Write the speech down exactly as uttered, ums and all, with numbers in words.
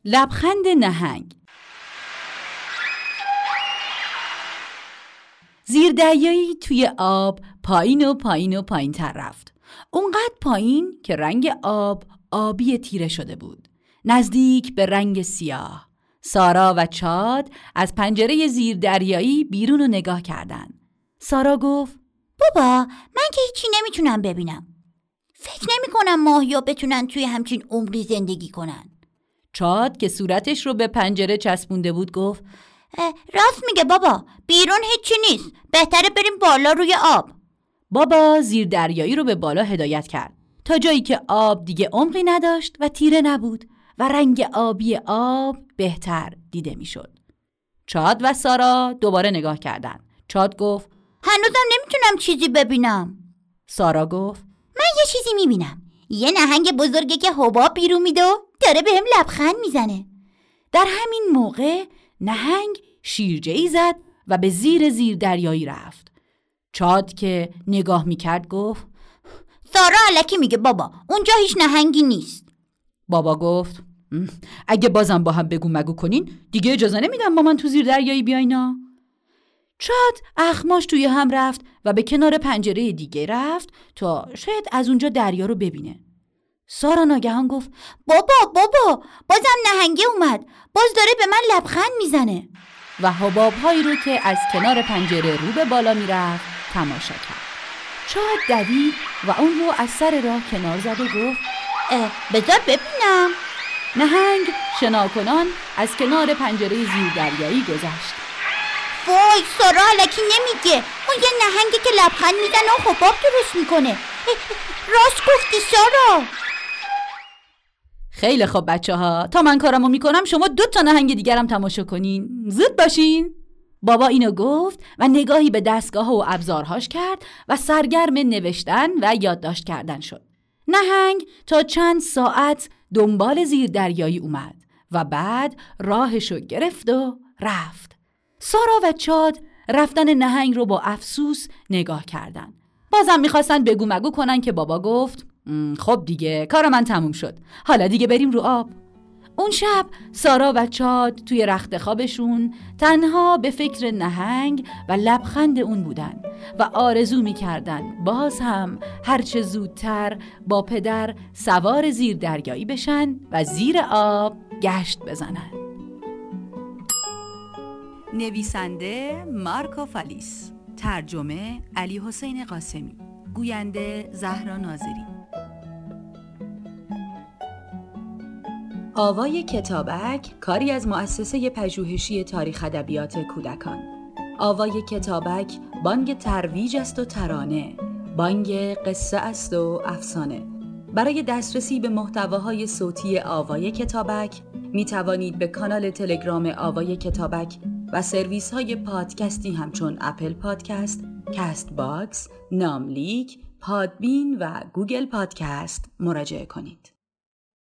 لبخند نهنگ. زیردریایی توی آب پایین و پایین و پایین تر رفت. اونقدر پایین که رنگ آب آبی تیره شده بود، نزدیک به رنگ سیاه. سارا و چاد از پنجره زیردریایی بیرون رو نگاه کردن. سارا گفت بابا من که هیچی نمیتونم ببینم. فکر نمی کنم ماهیا بتونن توی همچین عمقی زندگی کنن. چاد که صورتش رو به پنجره چسبونده بود گفت راست میگه بابا، بیرون هیچی نیست، بهتره بریم بالا روی آب. بابا زیردریایی رو به بالا هدایت کرد تا جایی که آب دیگه عمقی نداشت و تیره نبود و رنگ آبی آب بهتر دیده میشد. چاد و سارا دوباره نگاه کردند. چاد گفت هنوزم نمیتونم چیزی ببینم. سارا گفت من یه چیزی میبینم، یه نهنگ بزرگه که حباب بیرون میده و داره بهم لبخند میزنه. در همین موقع نهنگ شیرجه‌ای زد و به زیر زیردریایی رفت. چاد که نگاه میکرد گفت سارا الکی میگه بابا، اونجا هیچ نهنگی نیست. بابا گفت اگه بازم با هم بگو مگو کنین دیگه اجازه نمیدم با من تو زیردریایی بیاینا. چاد اخماش توی هم رفت و به کنار پنجره دیگه رفت تا شاید از اونجا دریا رو ببینه. سارا ناگهان گفت بابا بابا بازم نهنگه اومد، باز داره به من لبخند میزنه. و حباب هایی رو که از کنار پنجره رو به بالا میرفت تماشا کرد. چاد دوید و اون رو از سر راه کنار زد و گفت بذار ببینم. نهنگ شناکنان از کنار پنجره زیردریایی گذشت. وای سارا الکی نمیگه، اون یه نهنگی که لبخند میزنه و حباب درست میکنه. راست گفتی سارا. خیلی خوب بچه ها، تا من کارمو میکنم شما دو تا نهنگ دیگرم تماشا کنین. زود باشین. بابا اینو گفت و نگاهی به دستگاه و ابزارهاش کرد و سرگرم نوشتن و یادداشت کردن شد. نهنگ تا چند ساعت دنبال زیردریایی اومد و بعد راهشو گرفت و رفت. سارا و چاد رفتن نهنگ رو با افسوس نگاه کردن. بازم میخواستن بگو مگو کنن که بابا گفت خب دیگه کار من تموم شد، حالا دیگه بریم رو آب. اون شب سارا و چاد توی رخت خوابشون تنها به فکر نهنگ و لبخند اون بودن و آرزو میکردن باز هم هرچه زودتر با پدر سوار زیردریایی بشن و زیر آب گشت بزنن. نویسنده مارکو فالیس، ترجمه علی حسین قاسمی، گوینده زهرا ناظری. آوای کتابک کاری از مؤسسه پژوهشی تاریخ ادبیات کودکان. آوای کتابک بانگ ترویج است و ترانه، بانگ قصه است و افسانه. برای دسترسی به محتواهای صوتی آوای کتابک می توانید به کانال تلگرام آوای کتابک و سرویس های پادکستی همچون اپل پادکست، کست باکس، ناملیک، پادبین و گوگل پادکست مراجعه کنید.